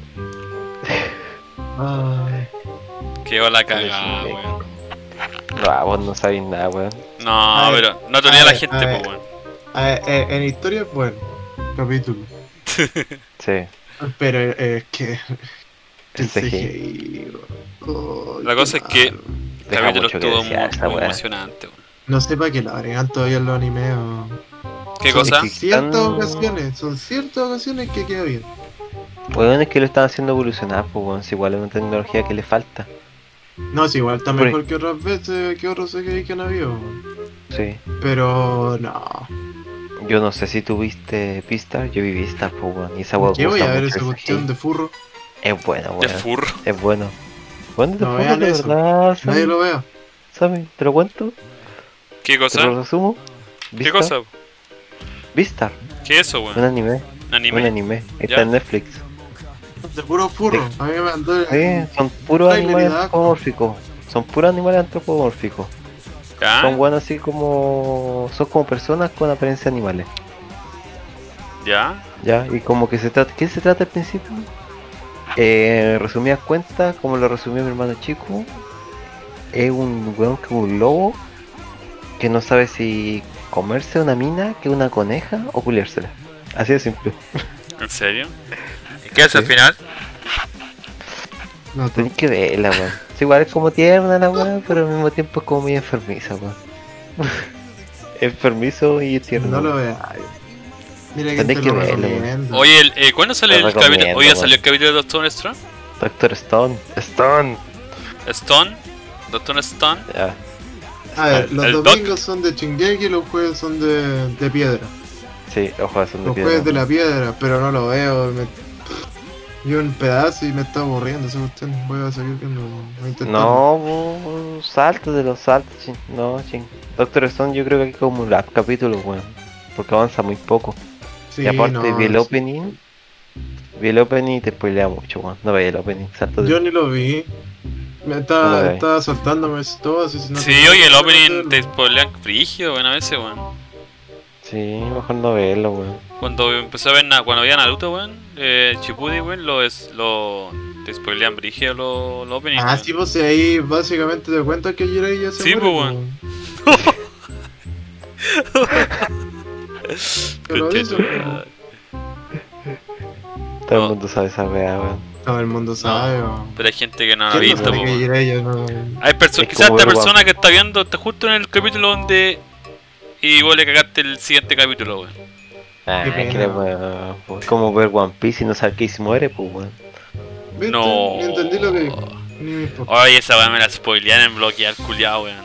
Ay. Quedó la cagada, weón. No, vos no sabés nada, weón. No, A ver, pero no tenía a la ver, gente, a ver. pues, weón. En historia, bueno, capítulo. Sí. Pero es que. El CGI. CGI, weón. La cosa es que el Deja capítulo mucho que estuvo desear esa muy weá. emocionante, weón. No sé para qué lo agregan todavía en los animes. ¿Qué Son cosa? ciertas Tan- ocasiones, son ciertas ocasiones que queda bien. Weón, es que lo están haciendo evolucionar, pues, weón. Si igual es una tecnología que le falta. No, si igual está Por- mejor que otras veces, que otros CGI que han habido. weón. Sí. Pero no. Yo no sé si tú viste Beastar, yo vi Beastar, pues, weón. Y esa weón ¿Qué voy usa a ver mucho esa el cuestión CGI. de furro? Es bueno, De weón. furro. Es bueno. Bueno, No te vean de eso. verdad, Sammy. Nadie lo vea. Sammy, ¿te lo cuento? ¿Qué ¿Te lo cosa? resumo? ¿Qué ¿Beastar? cosa? Beastar, ¿Qué es eso, un weón? anime. ¿Un Un anime? anime. Está Ya. en Netflix. De puro furro. A mí me mandó. Sí, son puros Trailer y animales da asco. antropomórficos. Son puros animales antropomórficos. ¿Ya? Son buenos así como... Son como personas con apariencia de animales. ¿Ya? ¿Ya? Y como que se trata... ¿Qué se trata al principio? Resumidas cuentas, como lo resumió mi hermano chico, es un weón que es un lobo que no sabe si comerse una mina, que es una coneja, o culiársela. Así de simple. ¿En serio? ¿Y qué hace al Sí. final? No, Tenés que verla, weón. Es igual es como tierna la weón, pero al mismo tiempo es como muy enfermiza, weón. Enfermizo y tierno. no lo veas. Mira que Tenés te que lo verlo, recomiendo. Oye, ¿cuándo sale Lo el capítulo? recomiendo, Hoy ya weón. salió el capítulo de Doctor Stone. Doctor Stone. Stone. Stone. Doctor Stone. Ya. A ver, los el domingos son de Shingeki y los jueves son de piedra. Sí, los juegos son de Los piedra. jueves de la piedra, pero no lo veo. Yo un pedazo y me está aburriendo esa cuestión. Voy a seguir viendo. Voy a intentar. No, saltos de los saltos, ching. No, ching. Doctor Stone yo creo que hay que acumular capítulos, weón. Porque avanza muy poco. Sí, y aparte no, vi el sí. opening Vi el opening y te spoilea mucho, weón. No veía el opening, salto Yo ni lo vi. No lo veis. Estaba soltándome todo, así si no Sí, tenía oye, el ganas de opening te verlo. spoilean frigio, weón, a veces, weón. Sí, mejor no verlo, weón. Cuando empecé a ver, cuando veía Naruto, weón, Shippuden, weón, te spoilean brigio los openings, Ah, weón. sí, pues ahí básicamente te cuentas que Jiraiya ya se Sí, muere, pues, weón. Pero Conche eso, tu pues. madre. Todo No. el mundo sabe esa weá, weón. Todo el mundo sabe, weón. Pero hay gente que no lo ha ¿Quién no visto, sabe po, que weón. Jiraiya no? Hay personas, Es quizás como esta ver persona One- que está viendo está justo en el capítulo donde. Y vos le cagaste el siguiente capítulo, weón. Ah, Qué pena. que le weón. Pues como ver One Piece y no saber que Ace muere, pues weón. ¿Viste? No. Ni entendí lo que dijo. Ni me importa. Oye, esa weón me la spoilean en bloquear, culiao, weón.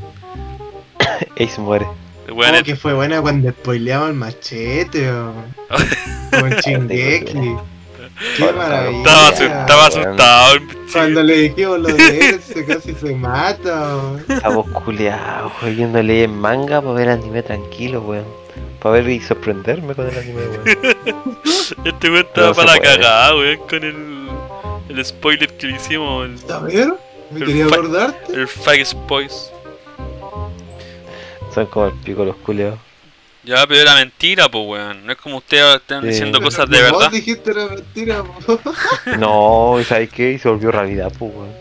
Ace muere. El weón Oh, es- que fue buena cuando spoileaba el machete, weón. Con Shingeki. Qué Bueno, maravilla. estaba asustado, el Cuando le dijimos lo de él, se casi se mata, weón. Estamos culiados, weón. Yo no leí en manga para ver anime tranquilo, weón. Para ver y sorprenderme con el anime, weón. Este weón Pero estaba no se para la puede. cagada, weón, con el spoiler que le hicimos, ¿A ver? Me El quería fa- acordarte. el fake spoils. Son como el pico los culiados. Ya, pero era mentira, pues, weón. No es como ustedes están Sí. diciendo Pero cosas que de vos verdad. dijiste era mentira, po. No, ¿y sabes qué? Y se volvió realidad, pues, weón.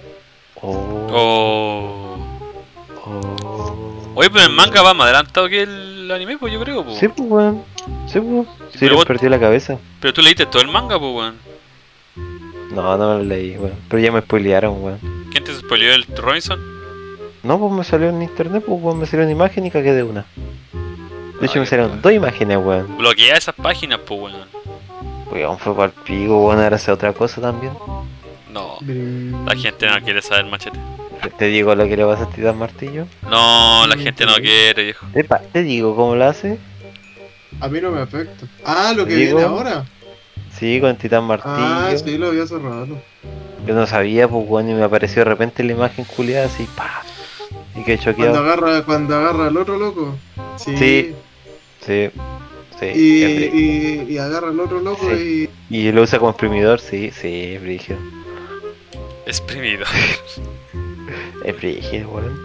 Oh. Oh. Oye, pero el manga va más adelantado que el anime, pues yo creo, pues. Sí, pues, weón. Sí, pues. Sí, Pero les vos- perdió la cabeza. Pero tú leíste todo el manga, pues, weón. No, no me lo leí, weón. Pero ya me spoilearon, weón. ¿Quién te spoileó el Robinson? No, pues me salió en internet, pues, weón. Me salió una imagen y cagué de una. De hecho, Ay, me salieron weón. 2 imágenes, weón. Bloquea esas páginas, pues, weón. Weón, fue para el pico, weón. Ahora hace otra cosa también. No, la gente no quiere saber machete. Te digo lo que le vas a Titán Martillo. No, la Mm, gente no sí. quiere, viejo. Te digo cómo lo hace. A mí no me afecta. Ah, lo que Digo, viene ahora. Sí, con Titán Martillo. Ah, sí, lo vi hace rato. Yo no sabía, pues, weón, y me apareció de repente la imagen culiada así, pa. Y quedé choqueado. Cuando agarra al otro loco. Sí. Sí. Sí, sí. Y, es brígido. y agarra al otro loco Sí. Y lo usa como exprimidor, sí, es brígido. Exprimido. Es brígido, weón.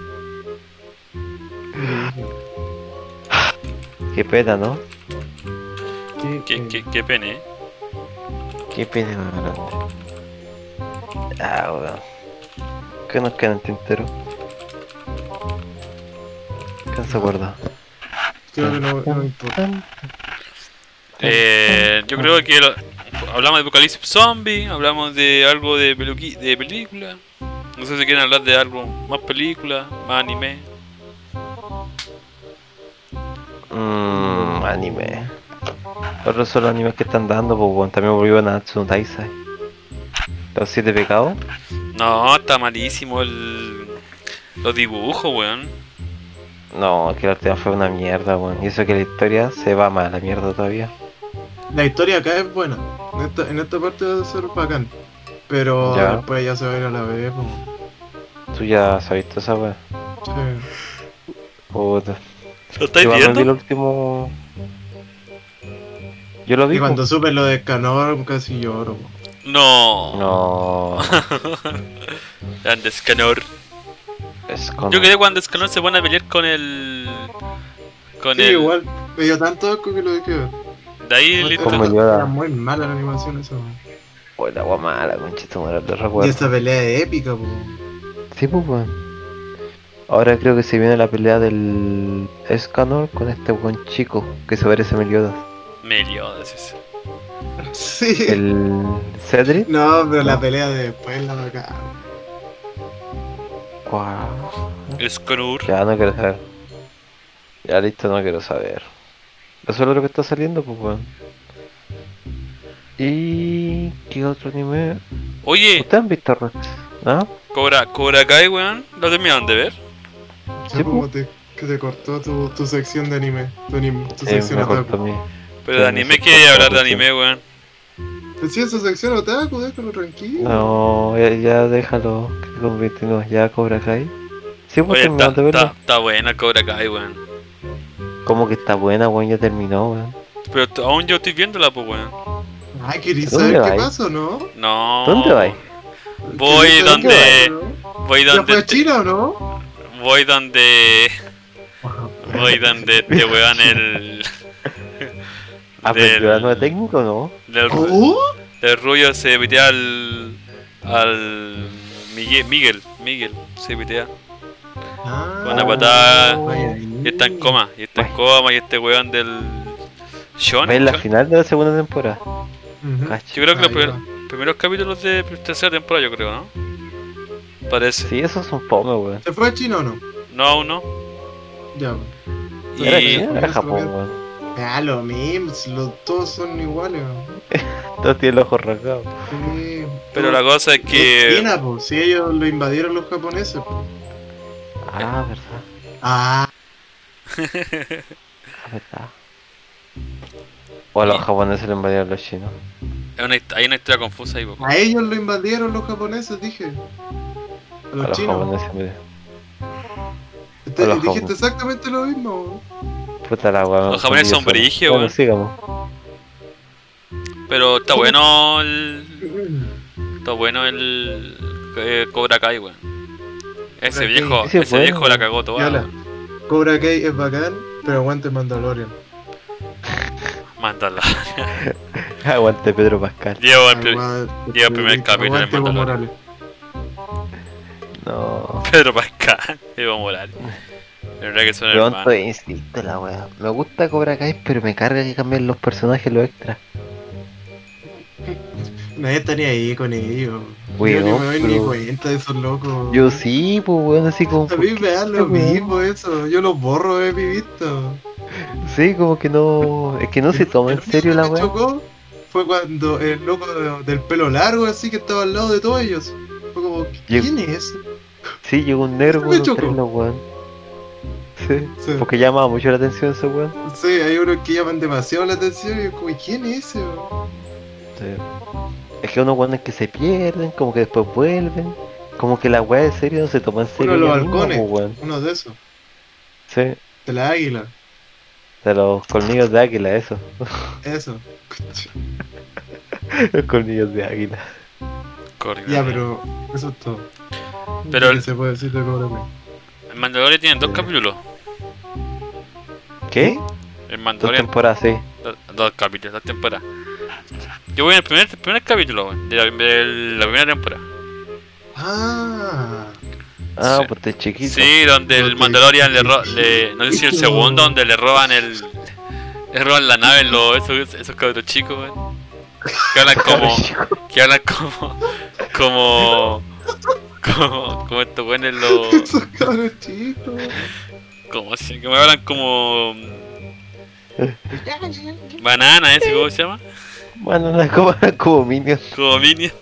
Qué pena, ¿no? Qué pene, Qué pena más grande. Ah, weón. ¿Qué nos queda en el tintero? ¿Quién se acuerda? Creo que no importa. Yo creo que hablamos de Apocalipsis Zombie, hablamos de algo de película. No sé si quieren hablar de algo más película, más anime. Anime. Otros son los animes que están dando, pues bueno, también volvió Nanatsu no Taizai. Los 7 pecados. No, está malísimo los dibujos, weón. No, es que la última fue una mierda, weón. Y eso que la historia se va más a la mierda todavía. La historia acá es buena. En esta parte va a ser bacán. Pero Ya. después ya se va a ir a la vez, po. Tú ya has visto esa weá. Sí. Puta. ¿Lo estáis Yo cuando vi el viendo? último. Yo lo vi. Y cuando supe lo de Escanor casi lloro, po. No. No. Grande Escanor. Es con. Yo quedé cuando Escanor se pone a pelear con el. Con Sí, el. igual. Me dio tanto asco que lo dejé ver. De ahí listo. Como Yoda. Era muy mala la animación eso. Oh, la agua mala, conchito, madre, lo Y recuerdo. esa pelea es épica, po. Sí, pues, weón. Ahora creo que se viene la pelea del Escanor con este buen chico que se parece a Meliodas. Meliodas ese. Sí. El Cedric. No, pero la No. pelea de después la bacán. Guau. Escanor. Ya no quiero saber. Ya listo, no quiero saber. Eso es lo que está saliendo, pues, weón. ¿Y qué otro anime? Oye, ¿Ustedes han visto Rex? ¿No? Cobra Kai, weón. ¿Lo terminaron de ver? Ya Sí, como que te cortó tu sección de anime. Tu Sí, sección me cortó a otaku. mí. Pero Sí, de anime, me ¿qué soporto, hablar de pues, sí. anime, weón? Pues sí, esa sección otaku, déjalo tranquilo. No, ya déjalo que continúe. Ya Cobra Kai. Sí, pues Oye, terminaron de verlo. está buena Cobra Kai, weón. Como que está buena, weón, ya terminó, weón. Pero aún yo estoy viéndola, pues, weón. Ah, ¿querés ¿Dónde saber qué vais? pasa o no? No. ¿Dónde vais? Voy ¿Querés saber qué donde. pasa, no? Voy ¿Ya fue donde. a China o no? Voy donde. Voy donde este weón el. ¿Aprendió algo técnico o no? ¿Oh? Del rubio se pitea al Miguel se pitea Ah, con una patada vaya ahí. y está en coma, y este weón del Sean. ¿Ves la Sean. final de la segunda temporada? Ujú. Cacha. Yo creo que los Ahí va. primeros capítulos de tercera temporada, yo creo, ¿no? Parece. Sí, esos son fome, weón. ¿Se fue a China o no? No, aún no. Ya, Y, ¿Era China o era Japón, weón? Ah, lo mismo, si todos son iguales. Todos tienen los ojos rasgados. Sí, pero la cosa es Es que China, pues, si ellos lo invadieron los japoneses. Po. Ah, verdad. Ah, Verdad. O a los japoneses le invadieron los chinos. hay una historia confusa ahí, po. a ellos lo invadieron los japoneses, dije. A A los los chinos. japoneses, mire. a los Dijiste japoneses. exactamente lo mismo. Puta la weá. Los japoneses son brígidos, Bueno, weón. sigamos. Pero está bueno el. Está bueno el. Cobra Kai, weón. Ese Cobra Kai. viejo, Ese es ese bueno, viejo la weón. cagó toda. Yola. weón. Cobra Kai es bacán, pero aguante Mandalorian. Mándala. Aguante Pedro Pascal. Llevo el Aguante, primer capítulo de aguante Evo Mandalorian. Morales. No. Pedro Pascal, Evo Morales. De verdad que son Pronto hermanos. instinto la weá. Me gusta Cobra Kai, pero me carga que cambien los personajes, los extras. Nadie estaría ahí con ellos. Weón, Yo ni me doy ni pero- cuenta de esos locos. Yo sí, pues weón, así como. A ¿por mí qué me da lo weón? mismo eso. Yo los borro de mi vista. Sí, como que no. Es que no se toma en serio la Lo que me weá. chocó fue cuando el loco del pelo largo así que estaba al lado de todos ellos. Fue como, ¿quién es ese? Sí, llegó un negro Me con los chocó. trenos, weón. Sí, Sí. porque llamaba mucho la atención ese weón. Sí, hay unos que llaman demasiado la atención y es como, ¿quién es ese? Sí. Es que unos weones que se pierden, como que después vuelven. Como que la weá de serio no se toma en serio. Uno de los ella misma, halcones, pues, weón. uno de esos, Sí, de la águila, de los colmillos de águila, eso. eso. Los colmillos de águila. Correcto. Ya, pero eso es todo. Pero ¿Qué el- se puede decir de Cobra Kai? El Mandalorian tiene dos capítulos. ¿Qué? El Dos Mandalorian, temporadas, sí. dos capítulos, 2 temporadas. Yo voy en el primer capítulo, weón, de la primera temporada. Ah, Ah, Sí. pues es chiquito. Sí, donde el Ok. Mandalorian no sé si el segundo, donde le roban le roban la nave esos cabros chicos, weón. Que hablan que hablan como estos weones esos cabros chicos. que me hablan como banana, ese, ¿cómo se llama? Bueno, no es como Minions. Como Minion.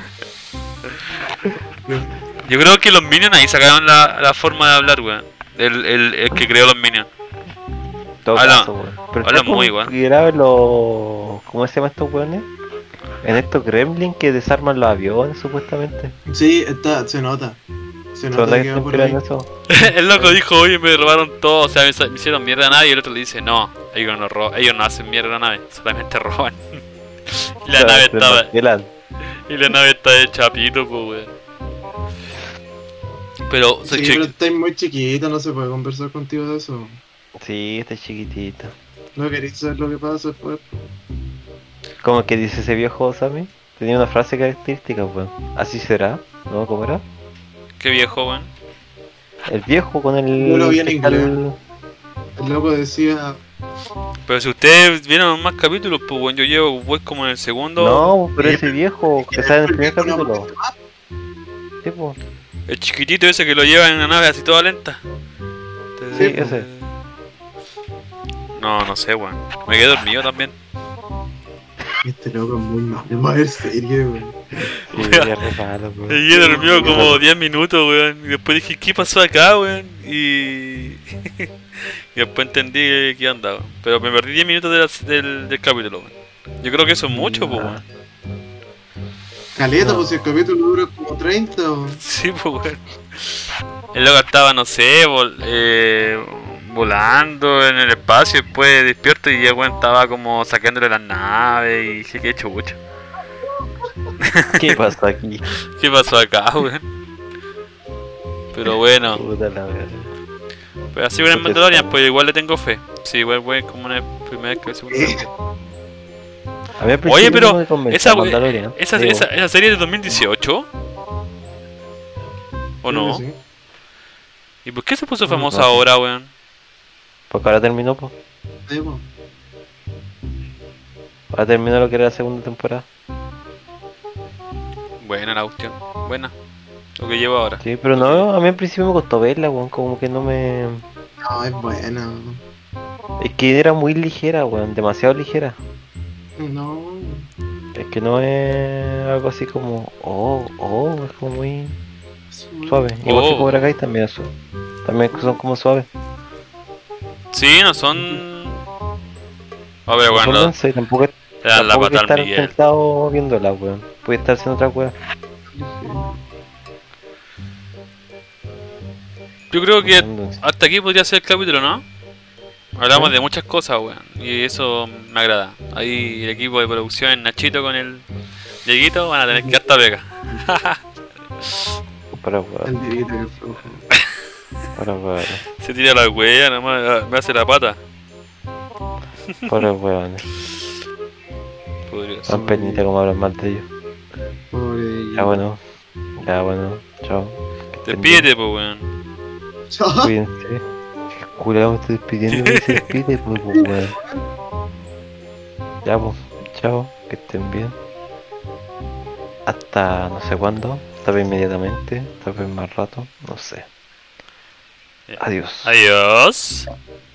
Yo creo que los Minions ahí sacaron la forma de hablar, weón. El que creó los Minions. Todo Habla- caso, weón. Pero habla está como muy igual. que graben los. ¿Cómo se llama estos weones? En estos gremlins que desarman los aviones, supuestamente. Sí, se nota. Se ¿Se nota nota que que va están por ahí. esperando eso? El loco dijo, oye, me robaron todo, o sea, me hicieron mierda a nadie. Y el otro le dice, no, ellos no hacen mierda a la nave, solamente roban. Y la Se nave estaba, desmantelan. y la nave está hecha a pito, pues, weón. Pero, Sí, pero estáis muy chiquito, no se puede conversar contigo de eso. Sí, está chiquitito. No queréis saber lo que pasa después. Como que dice ese viejo Sammy. Tenía una frase característica, weón. Así será, ¿no? ¿Cómo era? qué viejo, weón. El viejo con el. Yo lo vi en que está inglés. el- El loco decía, Pero si ustedes vieron más capítulos, pues, weón, voy como en el segundo. No, pero ese viejo que sale en el primer "Una capítulo. muerte más". Sí, pues. El chiquitito ese que lo lleva en una nave así toda lenta. Sí, ese. No sé, weón. Me quedé dormido también. Este loco es muy malo, es más en serio, güey. Sí, ya re malo, Me weón. quedé dormido como 10 minutos, weón. Y después dije, ¿qué pasó acá, weón? Y después entendí qué onda, weón. Pero me perdí 10 minutos del capítulo, weón. Yo creo que eso es mucho, pues, weón. Caleta, No. pues si el capítulo dura como 30 o... Sí, pues, weón. El loco estaba, no sé, volando en el espacio, después despierto y ya weón estaba como sacándole las naves y dije que chucha. ¿Qué pasa aquí? ¿Qué pasó acá, weón? Pero bueno, Puta la verdad. pues así con el Mandalorian, pues igual le tengo fe. Sí, igual weón, como una primera vez que el segundo. A mí al Oye, principio pero no me convenció esa, Mandalorian. esa, Digo, esa serie es de 2018 ¿o no? Sí. ¿Y por qué se puso No, famosa no sé. ahora, weón? Porque ahora terminó, pues. Sí, po. Ahora terminó lo que era la segunda temporada. Buena la cuestión, buena. Lo que llevo ahora. Sí, pero no, a mí al principio me costó verla, weón. Como que no me. No, es buena. Es que era muy ligera, weón. Demasiado ligera. No. Es que no es algo así como. Es como muy suave. Igual que Oh. Cobra Kai también eso. También son como suaves. Sí, no son. A ver, Son bueno, densas y tampoco, te dan la tampoco hay que pata al estar Miguel. sentado viéndola, weón. Puede estar haciendo otra weá. Yo creo que Entonces, hasta aquí podría ser el capítulo, ¿no? Hablamos ¿Sí? de muchas cosas, weón. Y eso me agrada. Ahí el equipo de producción, Nachito con el Dieguito, van a tener que harta pega. para weón. El dirito que flojo. Para weón. Se tira la wea, nomás me hace la pata. Para weón. Podría ser. Tan penita como hablan mal de ellos. Pobre Ya bueno. Ya bueno. Chao. Que estén bien. Despídete, pues, weón. Chao. Cuídense. Curado me estoy despidiendo y se despide, pues weón. Ya pues. Chao. Que estén bien. Hasta no sé cuándo. Tal vez inmediatamente. Tal vez más rato. No sé. Adiós. Adiós.